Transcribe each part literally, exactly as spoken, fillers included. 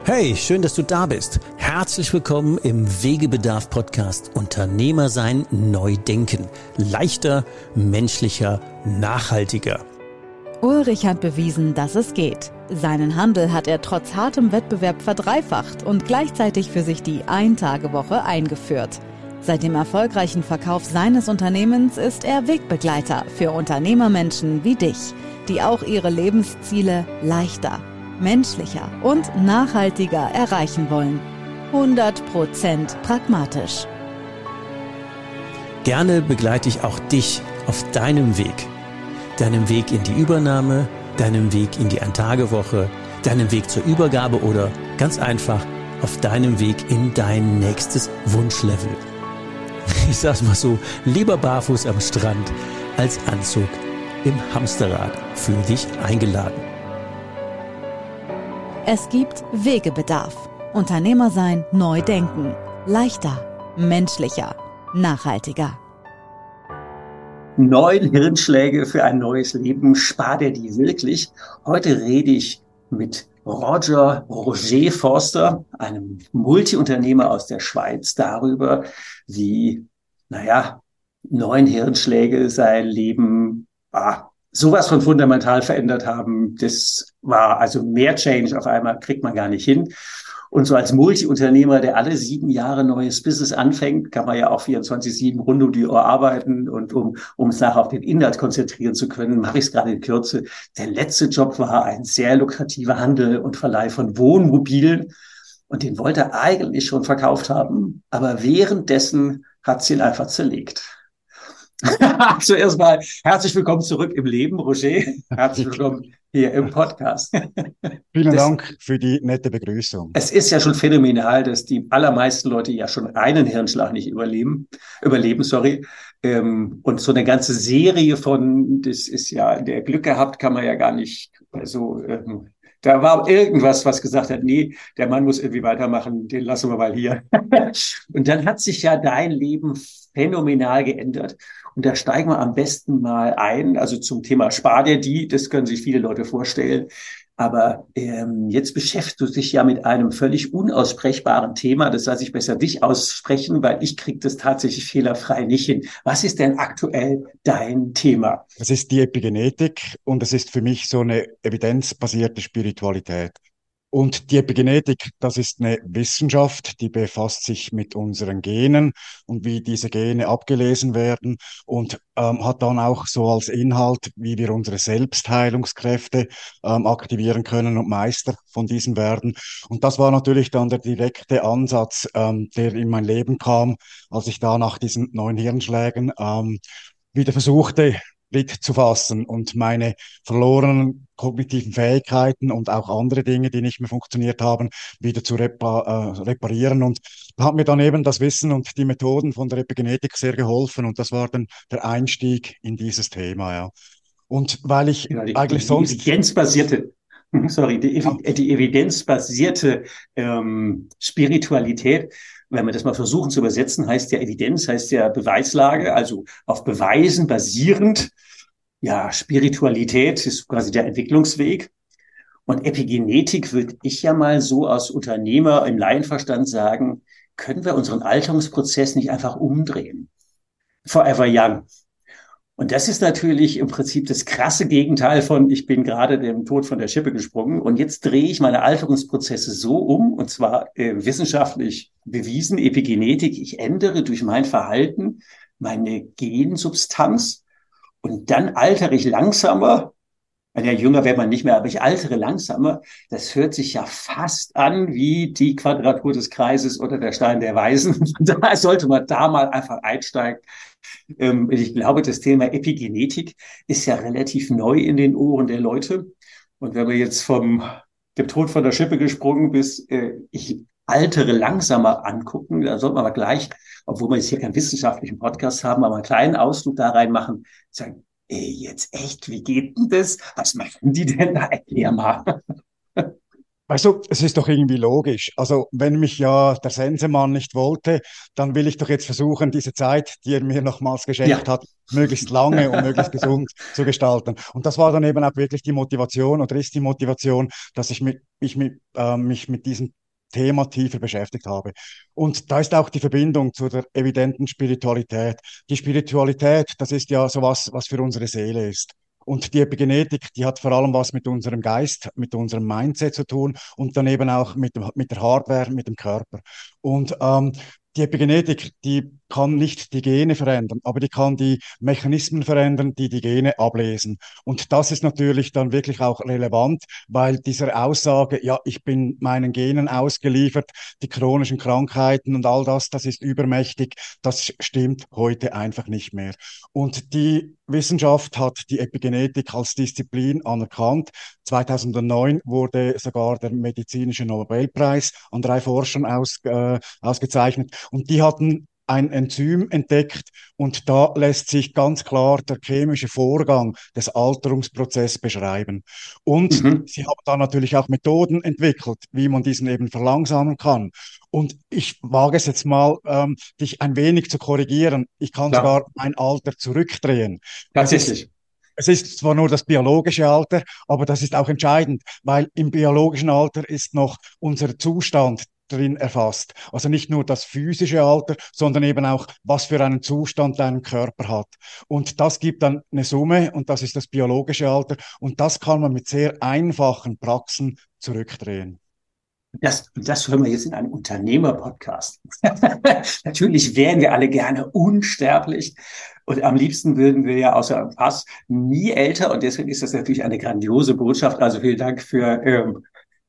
Hey, schön, dass du da bist. Herzlich willkommen im Wegebedarf-Podcast Unternehmer sein, neu denken. Leichter, menschlicher, nachhaltiger. Ulrich hat bewiesen, dass es geht. Seinen Handel hat er trotz hartem Wettbewerb verdreifacht und gleichzeitig für sich die Ein-Tage-Woche eingeführt. Seit dem erfolgreichen Verkauf seines Unternehmens ist er Wegbegleiter für Unternehmermenschen wie dich, die auch ihre Lebensziele leichter, menschlicher und nachhaltiger erreichen wollen. hundert Prozent pragmatisch. Gerne begleite ich auch dich auf deinem Weg. Deinem Weg in die Übernahme, deinem Weg in die Ein-Tage-Woche, deinem Weg zur Übergabe oder ganz einfach auf deinem Weg in dein nächstes Wunschlevel. Ich sag's mal so, lieber barfuß am Strand als Anzug im Hamsterrad. Fühl dich eingeladen. Es gibt Wegebedarf. Unternehmer sein, neu denken. Leichter, menschlicher, nachhaltiger. Neun Hirnschläge für ein neues Leben. Spar dir die wirklich? Heute rede ich mit Roger Roger Forster, einem Multiunternehmer aus der Schweiz, darüber, wie, naja, neun Hirnschläge sein Leben ah, sowas von fundamental verändert haben. Das war also mehr Change auf einmal, kriegt man gar nicht hin. Und so als Multiunternehmer, der alle sieben Jahre neues Business anfängt, kann man ja auch vierundzwanzig sieben rund um die Uhr arbeiten. Und um, um es nachher auf den Inhalt konzentrieren zu können, mache ich es gerade in Kürze. Der letzte Job war ein sehr lukrativer Handel und Verleih von Wohnmobilen. Und den wollte er eigentlich schon verkauft haben. Aber währenddessen hat es ihn einfach zerlegt. Zuerst mal herzlich willkommen zurück im Leben, Roger. Herzlich willkommen hier im Podcast. Vielen das, Dank für die nette Begrüßung. Es ist ja schon phänomenal, dass die allermeisten Leute ja schon einen Hirnschlag nicht überleben, überleben, sorry. Ähm, und so eine ganze Serie von, das ist ja, der Glück gehabt, kann man ja gar nicht, also, ähm, da war irgendwas, was gesagt hat, nee, der Mann muss irgendwie weitermachen, den lassen wir mal hier. Und dann hat sich ja dein Leben phänomenal geändert. Und da steigen wir am besten mal ein, also zum Thema Spar dir die, das können sich viele Leute vorstellen. Aber ähm, jetzt beschäftigst du dich ja mit einem völlig unaussprechbaren Thema. Das lasse ich besser dich aussprechen, weil ich kriege das tatsächlich fehlerfrei nicht hin. Was ist denn aktuell dein Thema? Es ist die Epigenetik und es ist für mich so eine evidenzbasierte Spiritualität. Und die Epigenetik, das ist eine Wissenschaft, die befasst sich mit unseren Genen und wie diese Gene abgelesen werden und ähm, hat dann auch so als Inhalt, wie wir unsere Selbstheilungskräfte ähm, aktivieren können und Meister von diesen werden. Und das war natürlich dann der direkte Ansatz, ähm, der in mein Leben kam, als ich da nach diesen neun Hirnschlägen ähm, wieder versuchte, Blick zu fassen und meine verlorenen kognitiven Fähigkeiten und auch andere Dinge, die nicht mehr funktioniert haben, wieder zu repa äh, reparieren. Und da hat mir dann eben das Wissen und die Methoden von der Epigenetik sehr geholfen. Und das war dann der Einstieg in dieses Thema, ja. Und weil ich Genau, die, eigentlich die sonst... evidenzbasierte, sorry, die, die evidenzbasierte ähm, Spiritualität, wenn wir das mal versuchen zu übersetzen, heißt ja Evidenz, heißt ja Beweislage, also auf Beweisen basierend. Ja, Spiritualität ist quasi der Entwicklungsweg. Und Epigenetik würde ich ja mal so als Unternehmer im Laienverstand sagen, können wir unseren Alterungsprozess nicht einfach umdrehen? Forever young. Und das ist natürlich im Prinzip das krasse Gegenteil von, ich bin gerade dem Tod von der Schippe gesprungen und jetzt drehe ich meine Alterungsprozesse so um, und zwar äh, wissenschaftlich bewiesen, Epigenetik, ich ändere durch mein Verhalten meine Gensubstanz und dann altere ich langsamer. Ja, jünger wird man nicht mehr, aber ich altere langsamer. Das hört sich ja fast an wie die Quadratur des Kreises oder der Stein der Weisen. Da sollte man da mal einfach einsteigen. Ich glaube, das Thema Epigenetik ist ja relativ neu in den Ohren der Leute. Und wenn wir jetzt vom dem Tod von der Schippe gesprungen bis äh, ich altere langsamer angucken, dann sollte man aber gleich, obwohl wir jetzt hier keinen wissenschaftlichen Podcast haben, aber einen kleinen Ausflug da reinmachen, sagen, ey, jetzt echt, wie geht denn das? Was machen die denn da? Erklär mal. Weißt du, es ist doch irgendwie logisch. Also, wenn mich ja der Sensemann nicht wollte, dann will ich doch jetzt versuchen, diese Zeit, die er mir nochmals geschenkt Ja. hat, möglichst lange und möglichst gesund zu gestalten. Und das war dann eben auch wirklich die Motivation oder ist die Motivation, dass ich mit, ich mit, äh, mich mit diesem Thema tiefer beschäftigt habe. Und da ist auch die Verbindung zu der evidenten Spiritualität. Die Spiritualität, das ist ja sowas, was für unsere Seele ist. Und die Epigenetik, die hat vor allem was mit unserem Geist, mit unserem Mindset zu tun und dann eben auch mit dem, mit der Hardware, mit dem Körper. Und ähm, die Epigenetik, die kann nicht die Gene verändern, aber die kann die Mechanismen verändern, die die Gene ablesen. Und das ist natürlich dann wirklich auch relevant, weil diese Aussage, ja, ich bin meinen Genen ausgeliefert, die chronischen Krankheiten und all das, das ist übermächtig, das stimmt heute einfach nicht mehr. Und die Wissenschaft hat die Epigenetik als Disziplin anerkannt. zweitausendneun wurde sogar der medizinische Nobelpreis an drei Forschern aus, äh, ausgezeichnet. Und die hatten ein Enzym entdeckt und da lässt sich ganz klar der chemische Vorgang des Alterungsprozesses beschreiben. Und Mhm. sie haben da natürlich auch Methoden entwickelt, wie man diesen eben verlangsamen kann. Und ich wage es jetzt mal, ähm, dich ein wenig zu korrigieren. Ich kann Ja, sogar mein Alter zurückdrehen. Es ist tatsächlich. es ist zwar nur das biologische Alter, aber das ist auch entscheidend, weil im biologischen Alter ist noch unser Zustand drin erfasst. Also nicht nur das physische Alter, sondern eben auch, was für einen Zustand dein Körper hat. Und das gibt dann eine Summe und das ist das biologische Alter. Und das kann man mit sehr einfachen Praxen zurückdrehen. Das, das hören wir jetzt in einem Unternehmer-Podcast. Natürlich wären wir alle gerne unsterblich und am liebsten würden wir ja außer im Pass nie älter und deswegen ist das natürlich eine grandiose Botschaft. Also vielen Dank für ähm,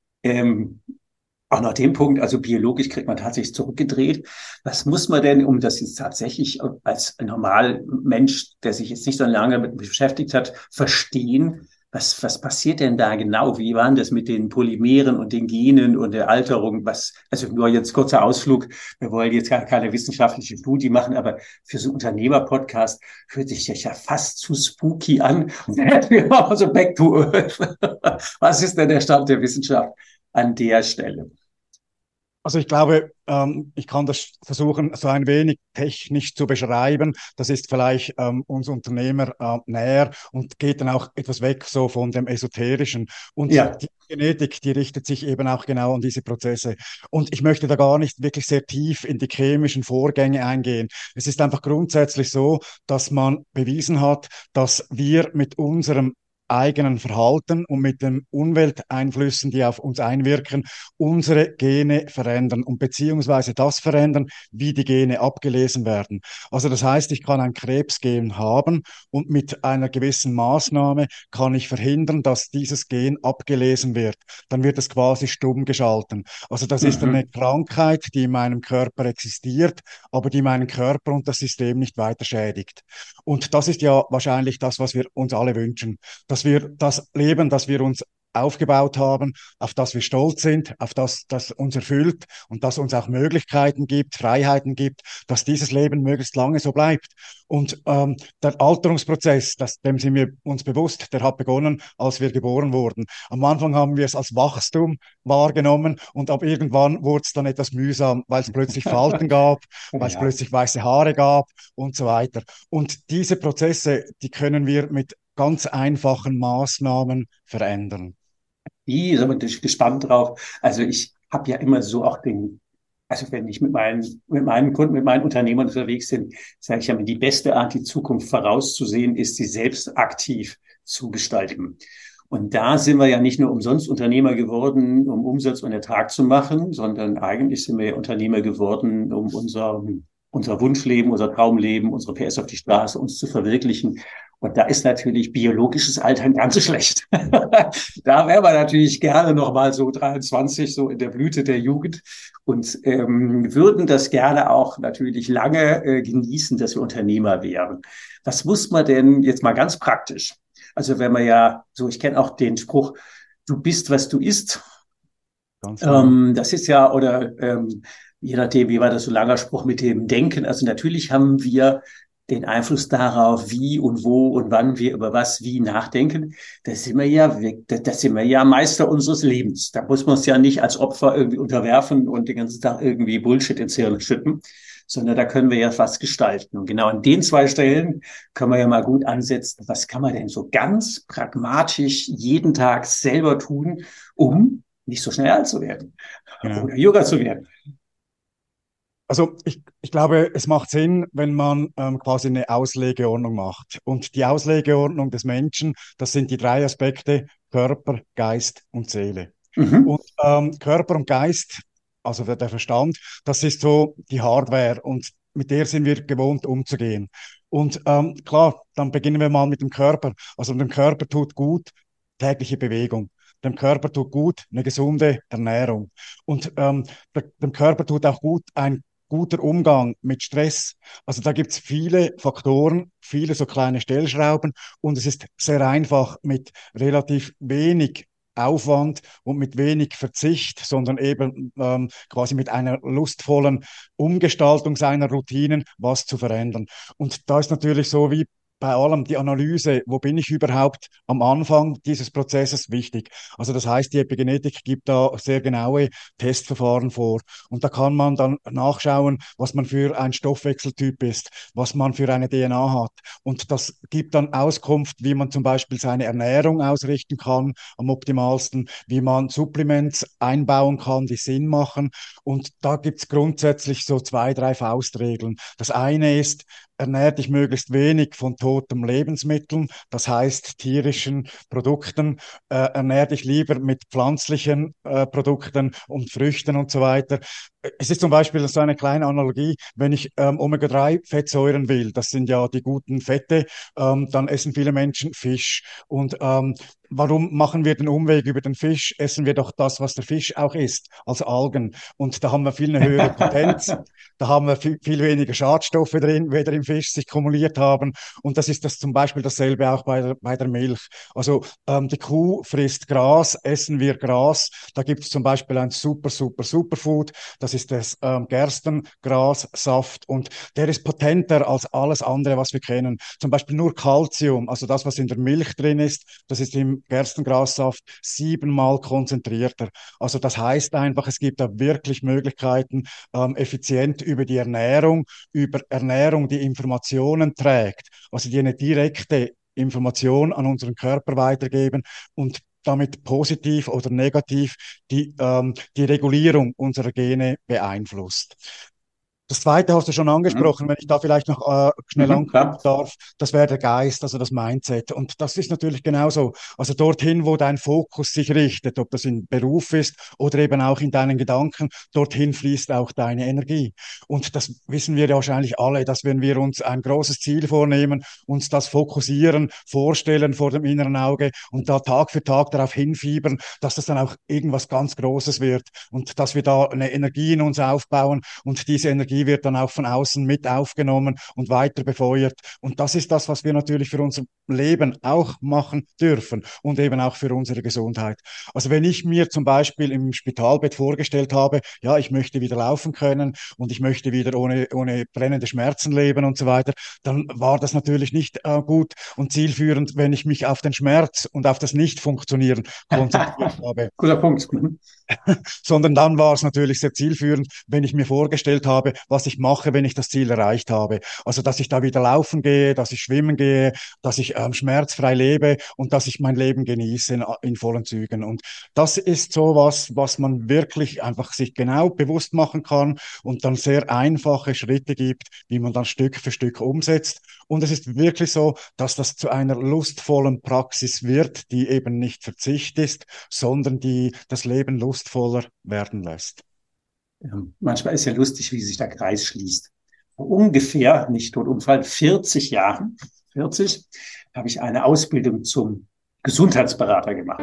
ähm, auch noch den Punkt. Also biologisch kriegt man tatsächlich zurückgedreht. Was muss man denn, um das jetzt tatsächlich als Normalmensch, der sich jetzt nicht so lange damit beschäftigt hat, verstehen? Was, was passiert denn da genau? Wie war denn das mit den Polymeren und den Genen und der Alterung? Was, also nur jetzt kurzer Ausflug. Wir wollen jetzt gar keine wissenschaftliche Studie machen, aber für so einen Unternehmer-Podcast hört sich das ja fast zu spooky an. Also back to earth. Was ist denn der Stand der Wissenschaft an der Stelle? Also ich glaube, ähm, ich kann das versuchen, so ein wenig technisch zu beschreiben. Das ist vielleicht ähm, uns Unternehmer äh, näher und geht dann auch etwas weg so von dem Esoterischen. Und Ja. die Genetik, die richtet sich eben auch genau an diese Prozesse. Und ich möchte da gar nicht wirklich sehr tief in die chemischen Vorgänge eingehen. Es ist einfach grundsätzlich so, dass man bewiesen hat, dass wir mit unserem eigenen Verhalten und mit den Umwelteinflüssen, die auf uns einwirken, unsere Gene verändern und beziehungsweise das verändern, wie die Gene abgelesen werden. Also das heißt, ich kann ein Krebsgen haben und mit einer gewissen Maßnahme kann ich verhindern, dass dieses Gen abgelesen wird. Dann wird es quasi stumm geschalten. Also das ist eine Mhm. Krankheit, die in meinem Körper existiert, aber die meinen Körper und das System nicht weiter schädigt. Und das ist ja wahrscheinlich das, was wir uns alle wünschen, dass wir das Leben, das wir uns aufgebaut haben, auf das wir stolz sind, auf das, das uns erfüllt und das uns auch Möglichkeiten gibt, Freiheiten gibt, dass dieses Leben möglichst lange so bleibt. Und ähm, der Alterungsprozess, das, dem sind wir uns bewusst, der hat begonnen, als wir geboren wurden. Am Anfang haben wir es als Wachstum wahrgenommen und ab irgendwann wurde es dann etwas mühsam, weil es plötzlich Falten gab, weil es Ja. plötzlich weiße Haare gab und so weiter. Und diese Prozesse, die können wir mit ganz einfachen Maßnahmen verändern. Die sind natürlich gespannt drauf. Also ich habe ja immer so auch den, also wenn ich mit meinen, mit meinen Kunden, mit meinen Unternehmern unterwegs bin, sage ich ja, die beste Art, die Zukunft vorauszusehen, ist, sie selbst aktiv zu gestalten. Und da sind wir ja nicht nur umsonst Unternehmer geworden, um Umsatz und Ertrag zu machen, sondern eigentlich sind wir ja Unternehmer geworden, um unser, unser Wunschleben, unser Traumleben, unsere P S auf die Straße, uns zu verwirklichen. Und da ist natürlich biologisches Altern ganz so schlecht. Da wären wir natürlich gerne nochmal so dreiundzwanzig, so in der Blüte der Jugend und ähm, würden das gerne auch natürlich lange äh, genießen, dass wir Unternehmer wären. Was muss man denn jetzt mal ganz praktisch? Also wenn man ja, so ich kenne auch den Spruch, du bist, was du isst. Ganz genau. Ähm, das ist ja, oder ähm, je nachdem, wie war das so ein langer Spruch mit dem Denken. Also natürlich haben wir den Einfluss darauf, wie und wo und wann wir über was wie nachdenken, da sind wir ja, da sind wir ja Meister unseres Lebens. Da muss man uns ja nicht als Opfer irgendwie unterwerfen und den ganzen Tag irgendwie Bullshit ins Hirn schütten, sondern da können wir ja was gestalten. Und genau an den zwei Stellen können wir ja mal gut ansetzen. Was kann man denn so ganz pragmatisch jeden Tag selber tun, um nicht so schnell alt zu werden Genau. oder jünger zu werden? Also ich, ich glaube, es macht Sinn, wenn man ähm, quasi eine Auslegeordnung macht. Und die Auslegeordnung des Menschen, das sind die drei Aspekte: Körper, Geist und Seele. Mhm. Und ähm, Körper und Geist, also der, der Verstand, das ist so die Hardware und mit der sind wir gewohnt umzugehen. Und ähm, klar, dann beginnen wir mal mit dem Körper. Also dem Körper tut gut tägliche Bewegung. Dem Körper tut gut eine gesunde Ernährung. Und ähm, der, dem Körper tut auch gut ein guter Umgang mit Stress. Also da gibt es viele Faktoren, viele so kleine Stellschrauben und es ist sehr einfach mit relativ wenig Aufwand und mit wenig Verzicht, sondern eben ähm, quasi mit einer lustvollen Umgestaltung seiner Routinen was zu verändern. Und da ist natürlich so wie bei allem die Analyse, wo bin ich überhaupt am Anfang dieses Prozesses wichtig. Also das heißt, die Epigenetik gibt da sehr genaue Testverfahren vor. Und da kann man dann nachschauen, was man für ein Stoffwechseltyp ist, was man für eine D N A hat. Und das gibt dann Auskunft, wie man zum Beispiel seine Ernährung ausrichten kann, am optimalsten, wie man Supplements einbauen kann, die Sinn machen. Und da gibt es grundsätzlich so zwei, drei Faustregeln. Das eine ist, ernähr dich möglichst wenig von toten Lebensmitteln, das heißt tierischen Produkten. Äh, ernähr dich lieber mit pflanzlichen äh, Produkten und Früchten und so weiter. Es ist zum Beispiel so eine kleine Analogie, wenn ich ähm, Omega drei Fettsäuren will, das sind ja die guten Fette, ähm, dann essen viele Menschen Fisch. Und ähm, warum machen wir den Umweg über den Fisch? Essen wir doch das, was der Fisch auch isst, als Algen. Und da haben wir viel eine höhere Potenz. Da haben wir viel, viel weniger Schadstoffe drin, weder im Fisch sich kumuliert haben. Und das ist das zum Beispiel dasselbe auch bei der, bei der Milch. Also ähm, die Kuh frisst Gras, essen wir Gras. Da gibt es zum Beispiel ein super, super, Superfood. Das ist das ähm, Gerstengrassaft und der ist potenter als alles andere, was wir kennen. Zum Beispiel nur Calcium, also das, was in der Milch drin ist, das ist im Gerstengrassaft siebenmal konzentrierter. Also das heißt einfach, es gibt da wirklich Möglichkeiten, ähm, effizient über die Ernährung, über Ernährung, die Informationen trägt, also die eine direkte Information an unseren Körper weitergeben und damit positiv oder negativ die, ähm, die Regulierung unserer Gene beeinflusst. Das Zweite hast du schon Mhm. angesprochen, wenn ich da vielleicht noch äh, schnell Mhm. anknüpfen Klar. darf, das wäre der Geist, also das Mindset. Und das ist natürlich genauso. Also dorthin, wo dein Fokus sich richtet, ob das im Beruf ist oder eben auch in deinen Gedanken, dorthin fließt auch deine Energie. Und das wissen wir ja wahrscheinlich alle, dass wenn wir uns ein großes Ziel vornehmen, uns das fokussieren, vorstellen vor dem inneren Auge und da Tag für Tag darauf hinfiebern, dass das dann auch irgendwas ganz Großes wird und dass wir da eine Energie in uns aufbauen und diese Energie wird dann auch von außen mit aufgenommen und weiter befeuert. Und das ist das, was wir natürlich für unser Leben auch machen dürfen und eben auch für unsere Gesundheit. Also wenn ich mir zum Beispiel im Spitalbett vorgestellt habe, ja, ich möchte wieder laufen können und ich möchte wieder ohne, ohne brennende Schmerzen leben und so weiter, dann war das natürlich nicht äh, gut und zielführend, wenn ich mich auf den Schmerz und auf das Nicht-Funktionieren konzentriert habe. Guter Punkt. Mhm. Sondern dann war es natürlich sehr zielführend, wenn ich mir vorgestellt habe, was ich mache, wenn ich das Ziel erreicht habe. Also, dass ich da wieder laufen gehe, dass ich schwimmen gehe, dass ich ähm, schmerzfrei lebe und dass ich mein Leben genieße in, in vollen Zügen. Und das ist so was, was man wirklich einfach sich genau bewusst machen kann und dann sehr einfache Schritte gibt, wie man dann Stück für Stück umsetzt. Und es ist wirklich so, dass das zu einer lustvollen Praxis wird, die eben nicht Verzicht ist, sondern die das Leben lustvoller werden lässt. Ähm, Manchmal ist ja lustig, wie sich der Kreis schließt. Vor ungefähr, nicht tot umfallen, vierzig Jahren, vierzig, habe ich eine Ausbildung zum Gesundheitsberater gemacht.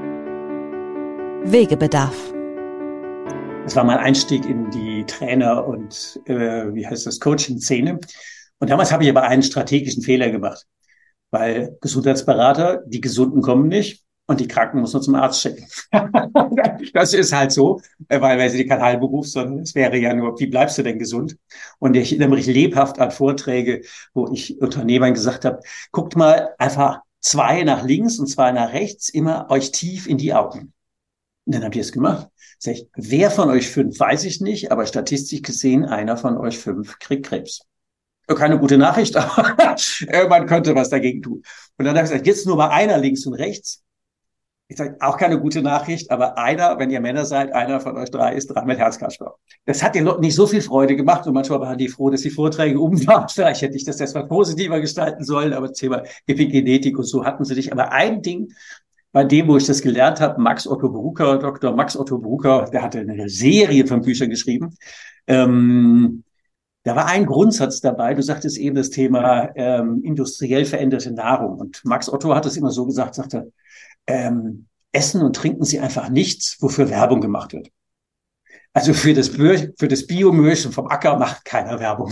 Wegebedarf. Das war mein Einstieg in die Trainer- und, äh, wie heißt das, Coaching-Szene. Und damals habe ich aber einen strategischen Fehler gemacht, weil Gesundheitsberater, die Gesunden kommen nicht, und die Kranken muss man zum Arzt schicken. Das ist halt so, weil, weil sie kein Heilberuf, sondern es wäre ja nur, wie bleibst du denn gesund? Und ich erinnere mich lebhaft an Vorträge, wo ich Unternehmern gesagt habe, guckt mal einfach zwei nach links und zwei nach rechts, immer euch tief in die Augen. Und dann habt ihr es gemacht. Sag ich, wer von euch fünf, weiß ich nicht, aber statistisch gesehen, einer von euch fünf kriegt Krebs. Keine gute Nachricht, aber man könnte was dagegen tun. Und dann habe ich gesagt, jetzt nur mal einer links und rechts. Ich sage, auch keine gute Nachricht, aber einer, wenn ihr Männer seid, einer von euch drei ist dran mit Herzkranzstau. Das hat den Leuten nicht so viel Freude gemacht und manchmal waren die froh, dass die Vorträge um waren. Vielleicht hätte ich das etwas positiver gestalten sollen, aber das Thema Epigenetik und so hatten sie nicht. Aber ein Ding, bei dem, wo ich das gelernt habe, Max Otto Brucker, Doktor Max Otto Brucker, der hatte eine Serie von Büchern geschrieben. Ähm, da war ein Grundsatz dabei. Du sagtest eben das Thema ähm, industriell veränderte Nahrung. Und Max Otto hat es immer so gesagt, sagte, ähm, essen und trinken Sie einfach nichts, wofür Werbung gemacht wird. Also für das, für das Biomilch vom Acker macht keiner Werbung.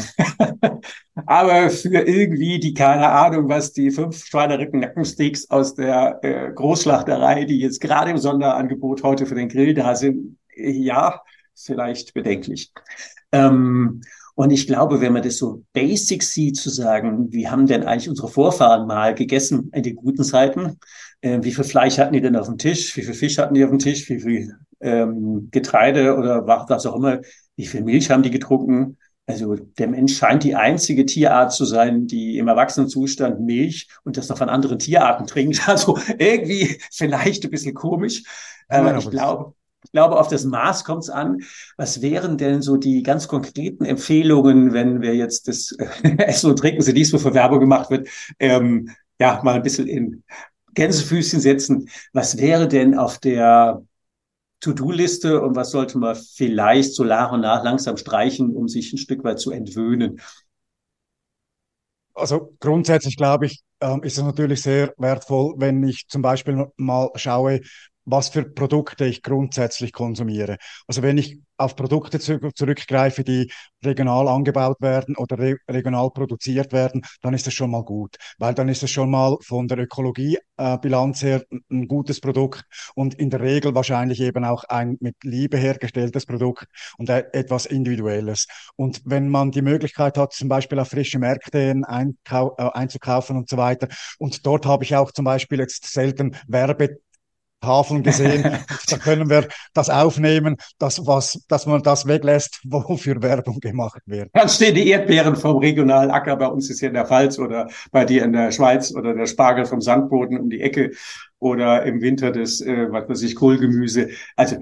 Aber für irgendwie die, keine Ahnung, was die fünf Schweinerücken-Nackensteaks aus der äh, Großschlachterei, die jetzt gerade im Sonderangebot heute für den Grill da sind, äh, ja, vielleicht bedenklich. Ähm, und ich glaube, wenn man das so basic sieht, zu sagen, wie haben denn eigentlich unsere Vorfahren mal gegessen in den guten Zeiten? Äh, wie viel Fleisch hatten die denn auf dem Tisch? Wie viel Fisch hatten die auf dem Tisch? Wie viel ähm, Getreide oder was auch immer? Wie viel Milch haben die getrunken? Also der Mensch scheint die einzige Tierart zu sein, die im Erwachsenenzustand Milch und das noch von anderen Tierarten trinkt. Also irgendwie vielleicht ein bisschen komisch. Aber ja, ich glaube, ich glaube, auf das Maß kommt es an. Was wären denn so die ganz konkreten Empfehlungen, wenn wir jetzt das äh, Essen und Trinken, sie dies, wofür Werbung gemacht wird, ähm, ja, mal ein bisschen in Gänsefüßchen setzen. Was wäre denn auf der To-Do-Liste und was sollte man vielleicht so nach und nach langsam streichen, um sich ein Stück weit zu entwöhnen? Also grundsätzlich glaube ich, ähm, ist es natürlich sehr wertvoll, wenn ich zum Beispiel mal schaue, was für Produkte ich grundsätzlich konsumiere. Also wenn ich auf Produkte zu, zurückgreife, die regional angebaut werden oder re regional produziert werden, dann ist das schon mal gut, weil dann ist es schon mal von der Ökologiebilanz äh, her ein gutes Produkt und in der Regel wahrscheinlich eben auch ein mit Liebe hergestelltes Produkt und äh, etwas Individuelles. Und wenn man die Möglichkeit hat, zum Beispiel auf frische Märkte einkau äh, einzukaufen und so weiter, und dort habe ich auch zum Beispiel jetzt selten Werbe Tafeln gesehen. Da können wir das aufnehmen, dass, was, dass man das weglässt, wofür Werbung gemacht wird. Dann stehen die Erdbeeren vom regionalen Acker, bei uns ist hier in der Pfalz oder bei dir in der Schweiz oder der Spargel vom Sandboden um die Ecke oder im Winter das, äh, was weiß ich, Kohlgemüse. Also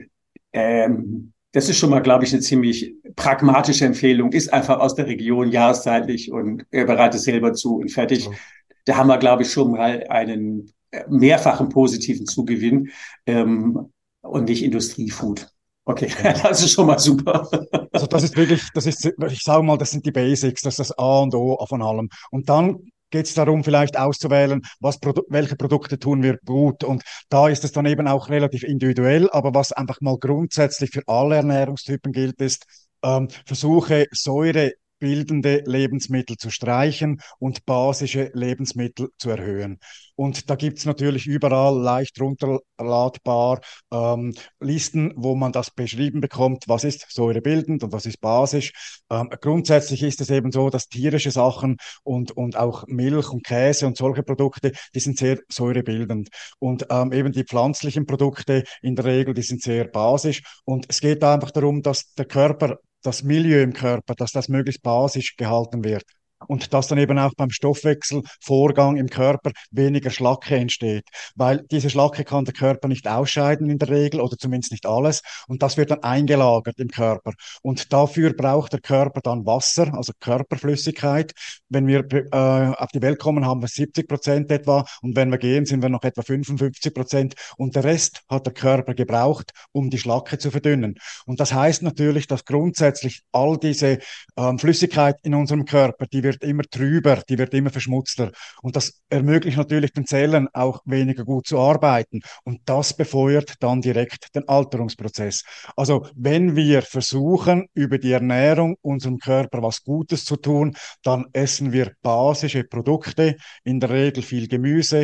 ähm, das ist schon mal, glaube ich, eine ziemlich pragmatische Empfehlung. Ist einfach aus der Region jahreszeitlich und äh, bereitet es selber zu und fertig. Ja. Da haben wir, glaube ich, schon mal einen mehrfachen positiven Zugewinn ähm, und nicht Industriefood. Okay, das ist schon mal super. Also das ist wirklich, das ist, ich sage mal, das sind die Basics, das ist das A und O von allem. Und dann geht es darum, vielleicht auszuwählen, was Produ welche Produkte tun wir gut. Und da ist es dann eben auch relativ individuell, aber was einfach mal grundsätzlich für alle Ernährungstypen gilt, ist, ähm, versuche Säure bildende Lebensmittel zu streichen und basische Lebensmittel zu erhöhen. Und da gibt es natürlich überall leicht runterladbar ähm, Listen, wo man das beschrieben bekommt, was ist säurebildend und was ist basisch. Ähm, grundsätzlich ist es eben so, dass tierische Sachen und, und auch Milch und Käse und solche Produkte, die sind sehr säurebildend. Und ähm, eben die pflanzlichen Produkte in der Regel, die sind sehr basisch. Und es geht da einfach darum, dass der Körper das Milieu im Körper, dass das möglichst basisch gehalten wird. Und dass dann eben auch beim Stoffwechselvorgang im Körper weniger Schlacke entsteht. Weil diese Schlacke kann der Körper nicht ausscheiden in der Regel oder zumindest nicht alles. Und das wird dann eingelagert im Körper. Und dafür braucht der Körper dann Wasser, also Körperflüssigkeit. Wenn wir äh, auf die Welt kommen, haben wir siebzig Prozent etwa. Und wenn wir gehen, sind wir noch etwa fünfundfünfzig Prozent. Und der Rest hat der Körper gebraucht, um die Schlacke zu verdünnen. Und das heißt natürlich, dass grundsätzlich all diese ähm, Flüssigkeit in unserem Körper, die wird immer trüber, die wird immer verschmutzter. Und das ermöglicht natürlich den Zellen auch weniger gut zu arbeiten. Und das befeuert dann direkt den Alterungsprozess. Also wenn wir versuchen, über die Ernährung unserem Körper was Gutes zu tun, dann essen wir basische Produkte, in der Regel viel Gemüse,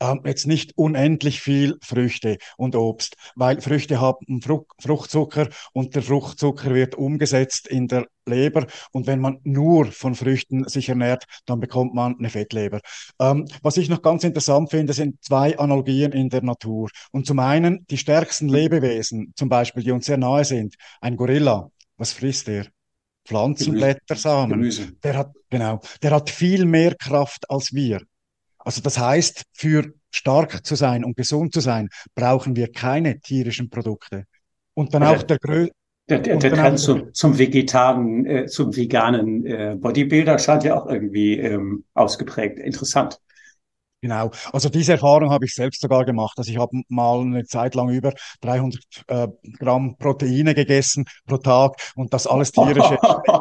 ähm, jetzt nicht unendlich viel Früchte und Obst, weil Früchte haben Frucht, Fruchtzucker und der Fruchtzucker wird umgesetzt in der Leber und wenn man nur von Früchten sich ernährt, dann bekommt man eine Fettleber. Ähm, was ich noch ganz interessant finde, sind zwei Analogien in der Natur. Und zum einen die stärksten Lebewesen, zum Beispiel, die uns sehr nahe sind, ein Gorilla, was frisst er? Gemüse. Pflanzenblätter, Samen. Gemüse. Der hat, genau, der hat viel mehr Kraft als wir. Also das heißt, für stark zu sein und gesund zu sein, brauchen wir keine tierischen Produkte. Und dann Ja, auch der, der Grö der, der, und der dann auch Trend der, zum, zum vegetaren, äh, zum veganen äh, Bodybuilder scheint ja auch irgendwie ähm, ausgeprägt. Interessant. genau. Also diese Erfahrung habe ich selbst sogar gemacht. Also ich habe mal eine Zeit lang über dreihundert äh, Gramm Proteine gegessen pro Tag und das alles tierische,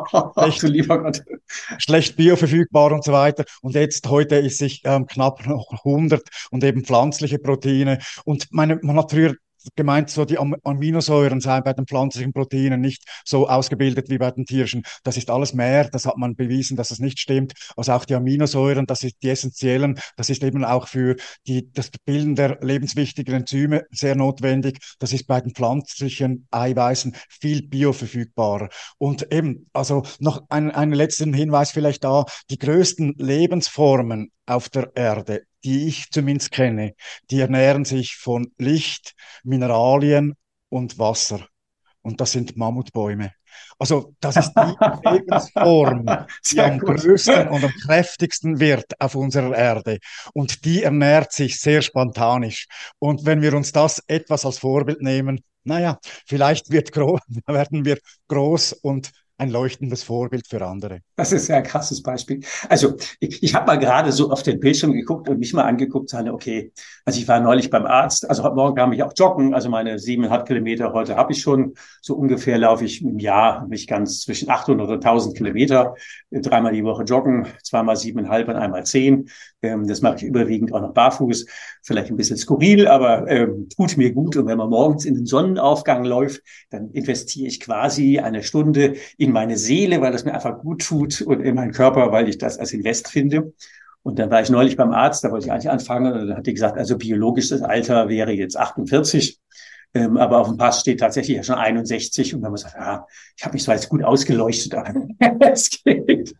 Du schlecht, lieber Gott. schlecht bioverfügbar und so weiter. Und jetzt heute esse ich ähm, knapp noch hundert und eben pflanzliche Proteine. Und meine, man hat früher gemeint, so die Am Aminosäuren seien bei den pflanzlichen Proteinen nicht so ausgebildet wie bei den tierischen. Das ist alles mehr, das hat man bewiesen, dass das nicht stimmt. Also auch die Aminosäuren, das ist die essentiellen, das ist eben auch für die, das Bilden der lebenswichtigen Enzyme sehr notwendig. Das ist bei den pflanzlichen Eiweißen viel bioverfügbarer. Und eben, also noch ein, einen letzten Hinweis vielleicht da, die größten Lebensformen auf der Erde, die ich zumindest kenne, die ernähren sich von Licht, Mineralien und Wasser. Und das sind Mammutbäume. Also das ist die Lebensform, die Sehr am gut. größten und am kräftigsten wird auf unserer Erde. Und die ernährt sich sehr spontanisch. Und wenn wir uns das etwas als Vorbild nehmen, naja, vielleicht wird gro werden wir groß und ein leuchtendes Vorbild für andere. Das ist ja ein krasses Beispiel. Also ich, ich habe mal gerade so auf den Bildschirm geguckt und mich mal angeguckt, sage, okay, also ich war neulich beim Arzt, also heute Morgen kam ich auch joggen, also meine siebeneinhalb Kilometer heute habe ich schon, so ungefähr laufe ich im Jahr nicht ganz zwischen achthundert und tausend Kilometer, äh, dreimal die Woche joggen, zweimal siebeneinhalb und einmal zehn. Ähm, das mache ich überwiegend auch noch barfuß, vielleicht ein bisschen skurril, aber ähm, tut mir gut. Und wenn man morgens in den Sonnenaufgang läuft, dann investiere ich quasi eine Stunde in meine Seele, weil das mir einfach gut tut und in meinen Körper, weil ich das als Invest finde. Und dann war ich neulich beim Arzt, da wollte ich eigentlich anfangen, und dann hat die gesagt, also biologisches Alter wäre jetzt achtundvierzig, ähm, aber auf dem Pass steht tatsächlich ja schon einundsechzig. Und dann haben wir gesagt, ja, ich habe mich zwar jetzt gut ausgeleuchtet, aber es geht.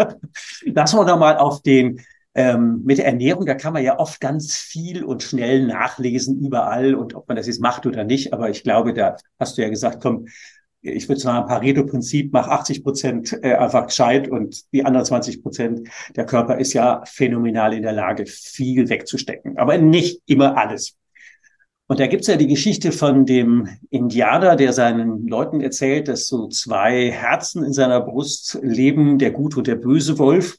Lassen wir doch mal auf den ähm, mit der Ernährung, da kann man ja oft ganz viel und schnell nachlesen überall und ob man das jetzt macht oder nicht. Aber ich glaube, da hast du ja gesagt, komm, ich würde sagen, Pareto-Prinzip, mach achtzig Prozent äh, einfach gescheit und die anderen zwanzig Prozent, der Körper ist ja phänomenal in der Lage, viel wegzustecken, aber nicht immer alles. Und da gibt's ja die Geschichte von dem Indianer, der seinen Leuten erzählt, dass so zwei Herzen in seiner Brust leben, der gute und der böse Wolf.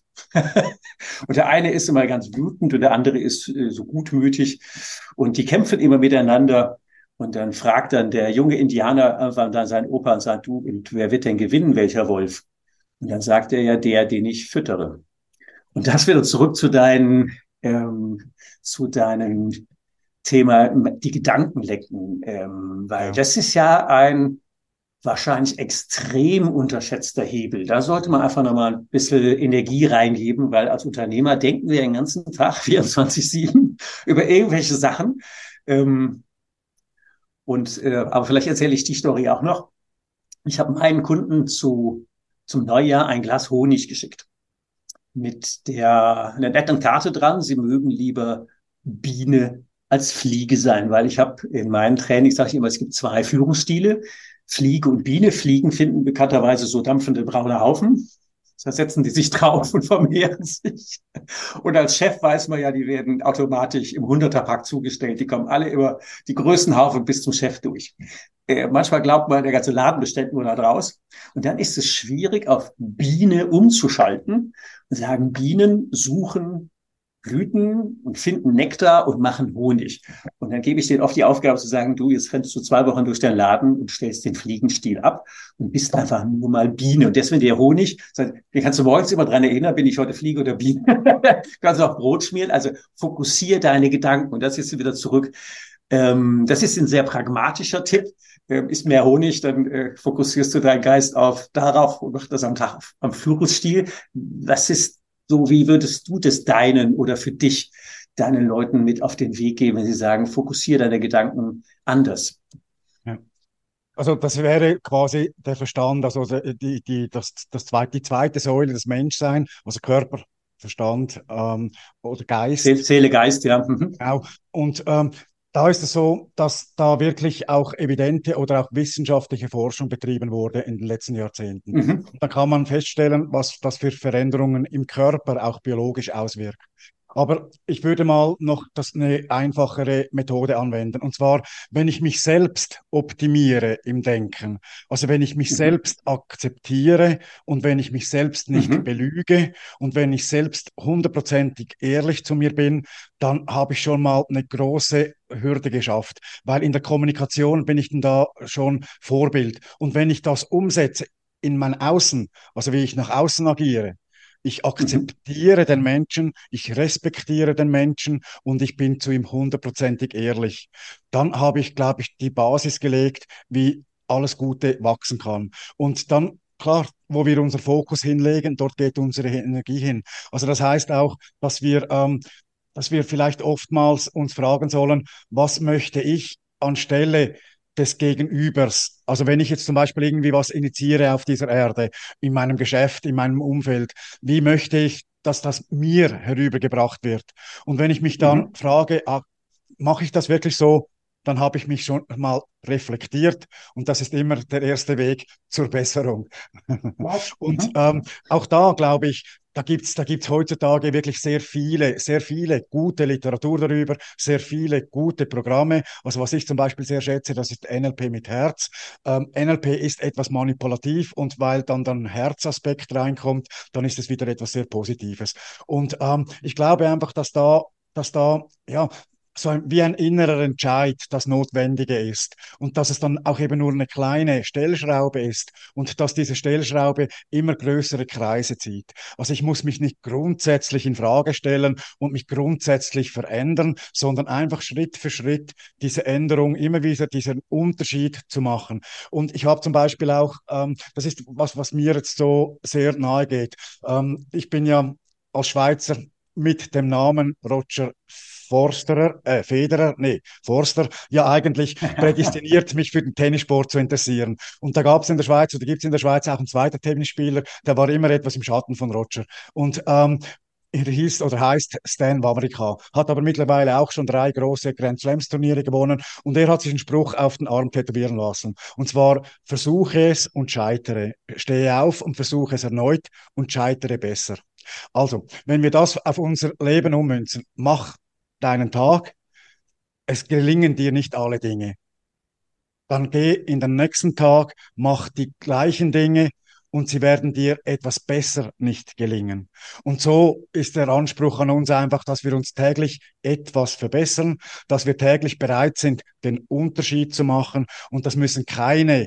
Und der eine ist immer ganz wütend und der andere ist äh, so gutmütig und die kämpfen immer miteinander. Und dann fragt dann der junge Indianer irgendwann dann seinen Opa und sagt, du, und wer wird denn gewinnen, welcher Wolf? Und dann sagt er ja, der, den ich füttere. Und das wieder zurück zu deinen, ähm, zu deinem Thema, die Gedanken lecken, ähm, weil Ja. das ist ja ein wahrscheinlich extrem unterschätzter Hebel. Da sollte man einfach nochmal ein bisschen Energie reingeben, weil als Unternehmer denken wir den ganzen Tag vierundzwanzig sieben über irgendwelche Sachen. Ähm, Und äh, aber vielleicht erzähle ich die Story auch noch. Ich habe meinen Kunden zu zum Neujahr ein Glas Honig geschickt mit der einer netten Karte dran. Sie mögen lieber Biene als Fliege sein, weil ich habe in meinen Trainings sage ich immer, es gibt zwei Führungsstile: Fliege und Biene. Fliegen finden bekannterweise so dampfende braune Haufen. Da setzen die sich drauf und vermehren sich. Und als Chef weiß man ja, die werden automatisch im Hunderterpack zugestellt. Die kommen alle über die größten Haufen bis zum Chef durch. Äh, manchmal glaubt man, der ganze Laden bestellt nur da draus. Und dann ist es schwierig, auf Biene umzuschalten und sagen, Bienen suchen Blüten und finden Nektar und machen Honig. Und dann gebe ich denen oft die Aufgabe zu sagen, du, jetzt rennst du zwei Wochen durch den Laden und stellst den Fliegenstiel ab und bist einfach nur mal Biene. Und deswegen der Honig, den kannst du morgens immer dran erinnern, bin ich heute Fliege oder Biene. Kannst du auch Brot schmieren. Also fokussier deine Gedanken. Und das ist wieder zurück. Ähm, das ist ein sehr pragmatischer Tipp. Ähm, ist mehr Honig, dann äh, fokussierst du deinen Geist auf darauf und mach das am Tag am Führungsstil. Das ist so, wie würdest du das deinen oder für dich deinen Leuten mit auf den Weg geben, wenn sie sagen, fokussiere deine Gedanken anders? Ja. Also das wäre quasi der Verstand, also die, die, das, das zweite, die zweite Säule, das Menschsein, also Körper, Verstand ähm, oder Se- Geist. Seele, Geist, ja. Mhm. Genau. Und ähm, da ist es so, dass da wirklich auch evidente oder auch wissenschaftliche Forschung betrieben wurde in den letzten Jahrzehnten. Mhm. Und da kann man feststellen, was das für Veränderungen im Körper auch biologisch auswirkt. Aber ich würde mal noch das eine einfachere Methode anwenden. Und zwar, wenn ich mich selbst optimiere im Denken, also wenn ich mich Mhm. selbst akzeptiere und wenn ich mich selbst nicht Mhm. belüge und wenn ich selbst hundertprozentig ehrlich zu mir bin, dann habe ich schon mal eine große Hürde geschafft, weil in der Kommunikation bin ich dann da schon Vorbild. Und wenn ich das umsetze in mein Außen, also wie ich nach außen agiere, ich Mhm. akzeptiere den Menschen, ich respektiere den Menschen und ich bin zu ihm hundertprozentig ehrlich. Dann habe ich, glaube ich, die Basis gelegt, wie alles Gute wachsen kann. Und dann, klar, wo wir unser Fokus hinlegen, dort geht unsere Energie hin. Also das heißt auch, dass wir, ähm, dass wir vielleicht oftmals uns fragen sollen, was möchte ich anstelle des Gegenübers? Also wenn ich jetzt zum Beispiel irgendwie was initiiere auf dieser Erde, in meinem Geschäft, in meinem Umfeld, wie möchte ich, dass das mir herübergebracht wird? Und wenn ich mich dann Mhm. frage, ah, mache ich das wirklich so, dann habe ich mich schon mal reflektiert und das ist immer der erste Weg zur Besserung. Wow. Und Mhm. ähm, auch da glaube ich, da gibt's da gibt's heutzutage wirklich sehr viele, sehr viele gute Literatur darüber, sehr viele gute Programme. Also was ich zum Beispiel sehr schätze, das ist N L P mit Herz. Ähm, N L P ist etwas manipulativ und weil dann dann ein Herzaspekt reinkommt, dann ist es wieder etwas sehr Positives. Und ähm, ich glaube einfach, dass da, dass da, ja, so ein, wie ein innerer Entscheid das Notwendige ist und dass es dann auch eben nur eine kleine Stellschraube ist und dass diese Stellschraube immer größere Kreise zieht. Also ich muss mich nicht grundsätzlich in Frage stellen und mich grundsätzlich verändern, sondern einfach Schritt für Schritt diese Änderung, immer wieder diesen Unterschied zu machen. Und ich habe zum Beispiel auch, ähm, das ist was, was mir jetzt so sehr nahe geht. Ähm, ich bin ja als Schweizer mit dem Namen Roger Forsterer, äh, Federer, nee, Forster, ja eigentlich prädestiniert, mich für den Tennissport zu interessieren. Und da gab es in der Schweiz, oder gibt es in der Schweiz auch einen zweiten Tennisspieler, der war immer etwas im Schatten von Roger. Und ähm, er hieß oder heißt Stan Wawrinka, hat aber mittlerweile auch schon drei große Grand Slams Turniere gewonnen und er hat sich einen Spruch auf den Arm tätowieren lassen. Und zwar, versuche es und scheitere. Stehe auf und versuche es erneut und scheitere besser. Also, wenn wir das auf unser Leben ummünzen, mach deinen Tag, es gelingen dir nicht alle Dinge. Dann geh in den nächsten Tag, mach die gleichen Dinge und sie werden dir etwas besser nicht gelingen. Und so ist der Anspruch an uns einfach, dass wir uns täglich etwas verbessern, dass wir täglich bereit sind, den Unterschied zu machen. Und das müssen keine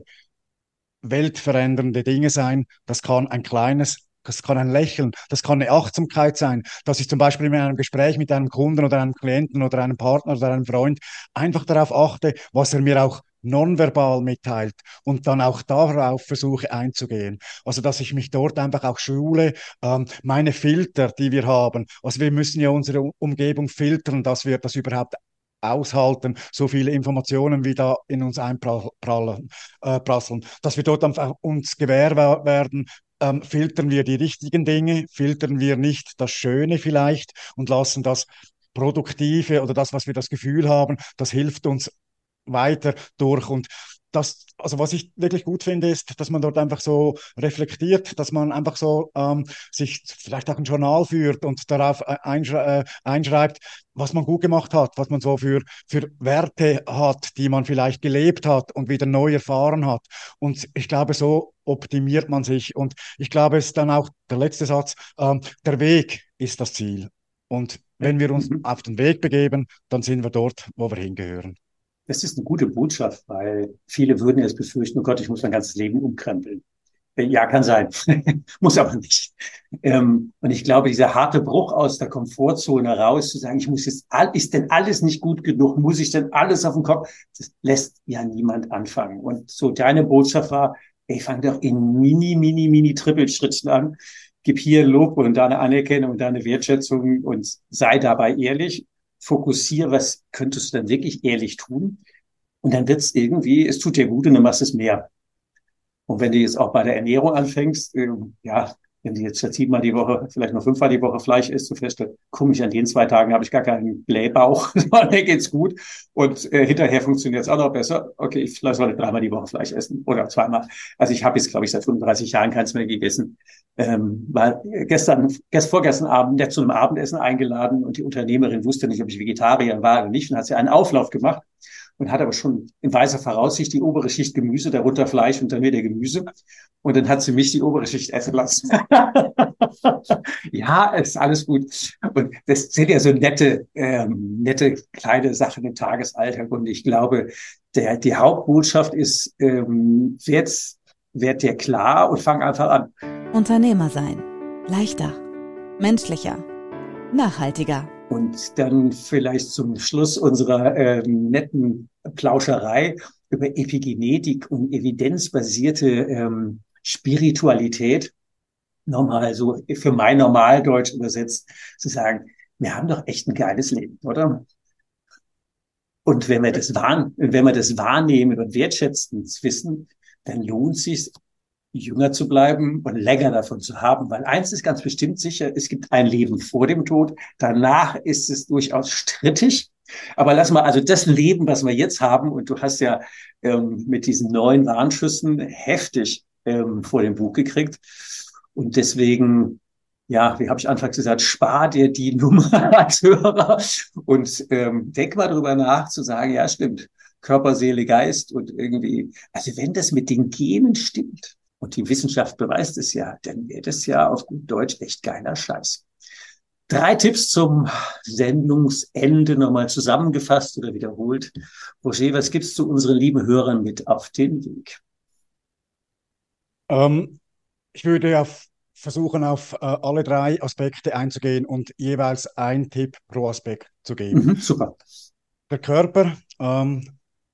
weltverändernde Dinge sein. Das kann ein kleines, das kann ein Lächeln, das kann eine Achtsamkeit sein, dass ich zum Beispiel in einem Gespräch mit einem Kunden oder einem Klienten oder einem Partner oder einem Freund einfach darauf achte, was er mir auch nonverbal mitteilt und dann auch darauf versuche einzugehen. Also dass ich mich dort einfach auch schule, ähm, meine Filter, die wir haben. Also wir müssen ja unsere Umgebung filtern, dass wir das überhaupt aushalten, so viele Informationen wie da in uns einprallen, äh, prasseln, dass wir dort einfach uns gewähr werden, ähm, filtern wir die richtigen Dinge, filtern wir nicht das Schöne vielleicht und lassen das Produktive oder das, was wir das Gefühl haben, das hilft uns weiter durch. Und das, also was ich wirklich gut finde, ist, dass man dort einfach so reflektiert, dass man einfach so ähm, sich vielleicht auch ein Journal führt und darauf äh, einschrei äh, einschreibt, was man gut gemacht hat, was man so für, für Werte hat, die man vielleicht gelebt hat und wieder neu erfahren hat. Und ich glaube, so optimiert man sich. Und ich glaube, es ist dann auch der letzte Satz, ähm, der Weg ist das Ziel. Und Ja. wenn wir uns Mhm. auf den Weg begeben, dann sind wir dort, wo wir hingehören. Das ist eine gute Botschaft, weil viele würden jetzt befürchten, oh Gott, ich muss mein ganzes Leben umkrempeln. Äh, Ja, kann sein. Muss aber nicht. Ähm, und ich glaube, dieser harte Bruch aus der Komfortzone raus, zu sagen, ich muss jetzt, all, ist denn alles nicht gut genug? Muss ich denn alles auf den Kopf? Das lässt ja niemand anfangen. Und so deine Botschaft war, ey, fang doch in mini, mini, mini Trippelschritten an. Gib hier Lob und deine Anerkennung und deine Wertschätzung und sei dabei ehrlich. fokussiere, was könntest du denn wirklich ehrlich tun? Und dann wird es irgendwie, es tut dir gut und dann machst du es mehr. Und wenn du jetzt auch bei der Ernährung anfängst, äh, ja, wenn du jetzt statt siebenmal die Woche, vielleicht nur fünfmal die Woche Fleisch isst, du feststellst, komisch, an den zwei Tagen habe ich gar keinen Blähbauch, sondern mir geht's gut. Und äh, hinterher funktioniert es auch noch besser. Okay, ich vielleicht sollte dreimal die Woche Fleisch essen oder zweimal. Also ich habe jetzt, glaube ich, seit fünfunddreißig Jahren keins mehr gegessen. Ähm, weil gestern, gest, vorgestern Abend, der zu einem Abendessen eingeladen und die Unternehmerin wusste nicht, ob ich Vegetarier war oder nicht und hat sie einen Auflauf gemacht und hat aber schon in weiser Voraussicht die obere Schicht Gemüse, darunter Fleisch und dann wieder Gemüse. Und dann hat sie mich die obere Schicht essen lassen. Ja, ist alles gut. Und das sind ja so nette, ähm, nette kleine Sachen im Tagesalltag. Und ich glaube, der, die Hauptbotschaft ist, ähm, werd, werd dir klar und fang einfach an. Unternehmer sein. Leichter. Menschlicher. Nachhaltiger. Und dann vielleicht zum Schluss unserer ähm, netten Plauscherei über Epigenetik und evidenzbasierte ähm, Spiritualität, nochmal so für mein Normaldeutsch übersetzt, zu sagen, wir haben doch echt ein geiles Leben, oder? Und wenn wir das wahr, wenn wir das wahrnehmen und wertschätzend wissen, dann lohnt es sich, jünger zu bleiben und länger davon zu haben. Weil eins ist ganz bestimmt sicher, es gibt ein Leben vor dem Tod. Danach ist es durchaus strittig. Aber lass mal, also das Leben, was wir jetzt haben, und du hast ja ähm, mit diesen neuen Warnschüssen heftig ähm, vor dem Buch gekriegt. Und deswegen, ja, wie habe ich anfangs gesagt, spar dir die Nummer als Hörer und ähm, denk mal drüber nach, zu sagen, ja, stimmt, Körper, Seele, Geist und irgendwie, also wenn das mit den Genen stimmt, und die Wissenschaft beweist es ja, dann wäre das ja auf gut Deutsch echt geiler Scheiß. Drei Tipps zum Sendungsende nochmal zusammengefasst oder wiederholt. Roger, was gibst du unseren lieben Hörern mit auf den Weg? Ähm, ich würde auf, versuchen, auf äh, alle drei Aspekte einzugehen und jeweils ein Tipp pro Aspekt zu geben. Mhm, super. Der Körper, ähm,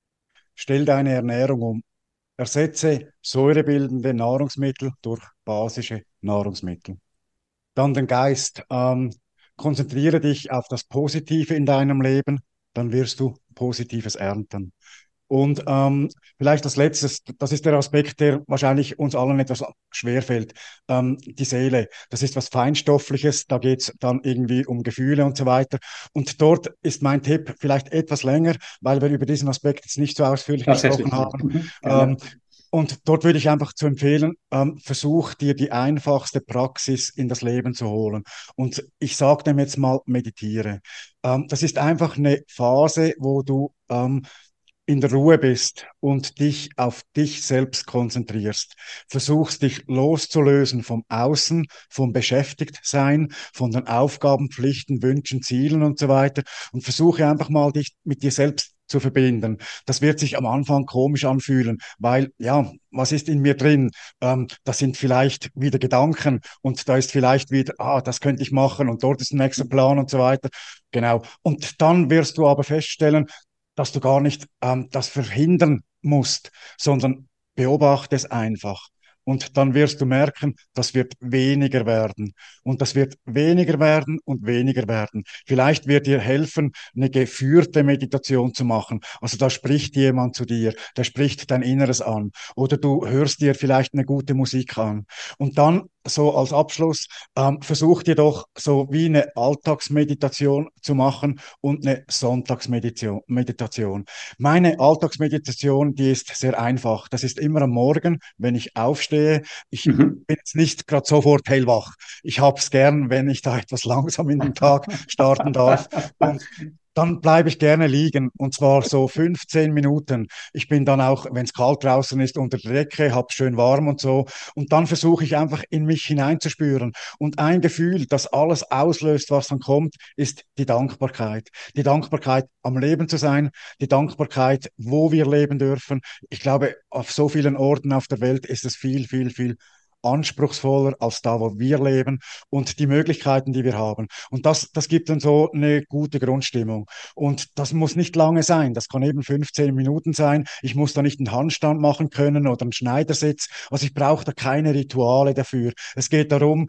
stell deine Ernährung um. Ersetze säurebildende Nahrungsmittel durch basische Nahrungsmittel. Dann den Geist. Ähm, konzentriere dich auf das Positive in deinem Leben, dann wirst du Positives ernten. Und ähm, vielleicht das Letzte, das ist der Aspekt, der wahrscheinlich uns allen etwas schwerfällt. Ähm, die Seele, das ist was Feinstoffliches, da geht's dann irgendwie um Gefühle und so weiter. Und dort ist mein Tipp vielleicht etwas länger, weil wir über diesen Aspekt jetzt nicht so ausführlich Tatsächlich. gesprochen haben. Mhm, Ähm, und dort würde ich einfach zu empfehlen, ähm, versuch dir die einfachste Praxis in das Leben zu holen. Und ich sage dem jetzt mal, meditiere. Ähm, das ist einfach eine Phase, wo du ähm, in der Ruhe bist und dich auf dich selbst konzentrierst, versuchst dich loszulösen vom Außen, vom Beschäftigtsein, von den Aufgaben, Pflichten, Wünschen, Zielen und so weiter und versuche einfach mal dich mit dir selbst zu verbinden. Das wird sich am Anfang komisch anfühlen, weil, ja, was ist in mir drin? Ähm, das sind vielleicht wieder Gedanken und da ist vielleicht wieder, ah, das könnte ich machen und dort ist ein nächster Plan und so weiter. Genau. Und dann wirst du aber feststellen, dass du gar nicht ähm, das verhindern musst, sondern beobachte es einfach. Und dann wirst du merken, das wird weniger werden. Und das wird weniger werden und weniger werden. Vielleicht wird dir helfen, eine geführte Meditation zu machen. Also da spricht jemand zu dir, der spricht dein Inneres an. Oder du hörst dir vielleicht eine gute Musik an. Und dann so als Abschluss, ähm, versuch dir doch so wie eine Alltagsmeditation zu machen und eine Sonntagsmeditation. Meditation. Meine Alltagsmeditation, die ist sehr einfach. Das ist immer am Morgen, wenn ich aufstehe. Ich mhm. bin jetzt nicht gerade sofort hellwach. Ich hab's gern, wenn ich da etwas langsam in den Tag starten darf. Und dann bleibe ich gerne liegen und zwar so fünfzehn Minuten. Ich bin dann auch, wenn es kalt draußen ist, unter der Decke, hab schön warm und so. Und dann versuche ich einfach in mich hineinzuspüren. Und ein Gefühl, das alles auslöst, was dann kommt, ist die Dankbarkeit. Die Dankbarkeit, am Leben zu sein, die Dankbarkeit, wo wir leben dürfen. Ich glaube, auf so vielen Orten auf der Welt ist es viel, viel, viel anspruchsvoller als da, wo wir leben und die Möglichkeiten, die wir haben. Und das, das gibt dann so eine gute Grundstimmung. Und das muss nicht lange sein. Das kann eben fünfzehn Minuten sein. Ich muss da nicht einen Handstand machen können oder einen Schneidersitz. Also ich brauche da keine Rituale dafür. Es geht darum,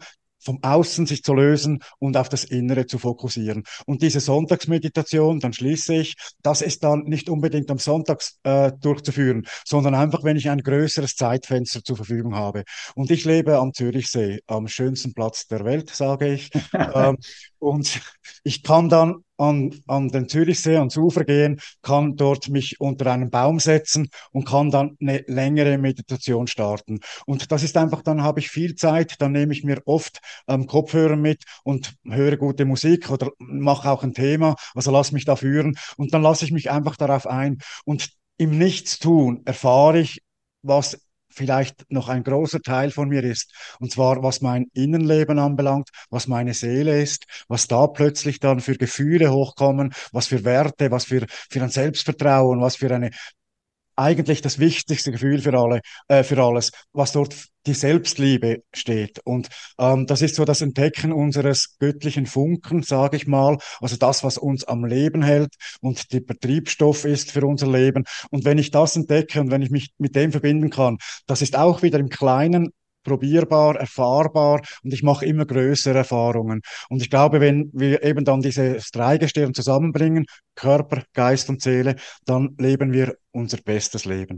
vom Außen sich zu lösen und auf das Innere zu fokussieren. Und diese Sonntagsmeditation, dann schließe ich, das ist dann nicht unbedingt am Sonntag äh, durchzuführen, sondern einfach, wenn ich ein größeres Zeitfenster zur Verfügung habe. Und ich lebe am Zürichsee, am schönsten Platz der Welt, sage ich. ähm, und ich kann dann an, an den Zürichsee, ans Ufer gehen, kann dort mich unter einen Baum setzen und kann dann eine längere Meditation starten. Und das ist einfach, dann habe ich viel Zeit, dann nehme ich mir oft ähm, Kopfhörer mit und höre gute Musik oder mache auch ein Thema, also lass mich da führen und dann lasse ich mich einfach darauf ein. Und im Nichtstun erfahre ich, was vielleicht noch ein großer Teil von mir ist. Und zwar, was mein Innenleben anbelangt, was meine Seele ist, was da plötzlich dann für Gefühle hochkommen, was für Werte, was für, für ein Selbstvertrauen, was für eine, eigentlich das wichtigste Gefühl für alle, äh, für alles, was dort die Selbstliebe steht. Und ähm, das ist so das Entdecken unseres göttlichen Funken, sage ich mal, also das, was uns am Leben hält und der Betriebsstoff ist für unser Leben. Und wenn ich das entdecke und wenn ich mich mit dem verbinden kann, das ist auch wieder im Kleinen probierbar, erfahrbar und ich mache immer größere Erfahrungen. Und ich glaube, wenn wir eben dann diese drei Gestirn zusammenbringen, Körper, Geist und Seele, dann leben wir unser bestes Leben.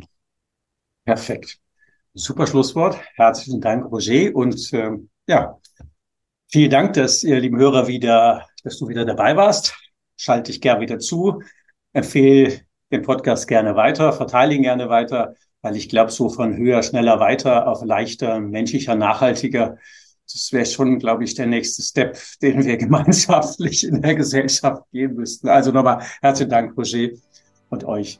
Perfekt. Super Schlusswort. Herzlichen Dank, Roger. Und ähm, ja, vielen Dank, dass ihr, lieben Hörer, wieder, dass du wieder dabei warst. Schalte dich gerne wieder zu. Empfehle den Podcast gerne weiter, verteile ihn gerne weiter, weil ich glaube, so von höher, schneller, weiter auf leichter, menschlicher, nachhaltiger, das wäre schon, glaube ich, der nächste Step, den wir gemeinschaftlich in der Gesellschaft gehen müssten. Also nochmal herzlichen Dank, Roger, und euch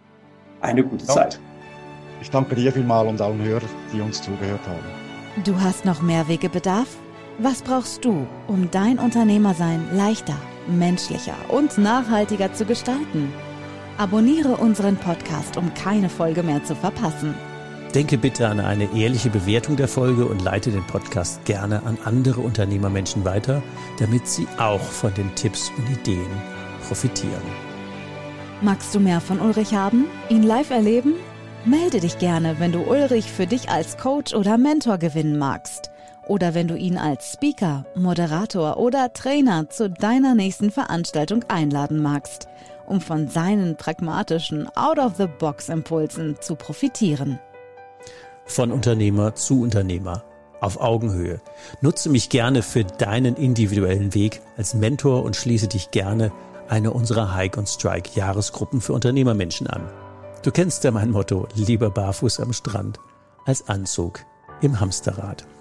eine gute ja. Zeit. Ich danke dir vielmals und allen Hörern, die uns zugehört haben. Du hast noch mehr Wegebedarf? Was brauchst du, um dein Unternehmersein leichter, menschlicher und nachhaltiger zu gestalten? Abonniere unseren Podcast, um keine Folge mehr zu verpassen. Denke bitte an eine ehrliche Bewertung der Folge und leite den Podcast gerne an andere Unternehmermenschen weiter, damit sie auch von den Tipps und Ideen profitieren. Magst du mehr von Ulrich haben? Ihn live erleben? Melde dich gerne, wenn du Ulrich für dich als Coach oder Mentor gewinnen magst. Oder wenn du ihn als Speaker, Moderator oder Trainer zu deiner nächsten Veranstaltung einladen magst, um von seinen pragmatischen Out-of-the-Box-Impulsen zu profitieren. Von Unternehmer zu Unternehmer, auf Augenhöhe. Nutze mich gerne für deinen individuellen Weg als Mentor und schließe dich gerne einer unserer Hike und Strike Jahresgruppen für Unternehmermenschen an. Du kennst ja mein Motto, lieber barfuß am Strand als Anzug im Hamsterrad.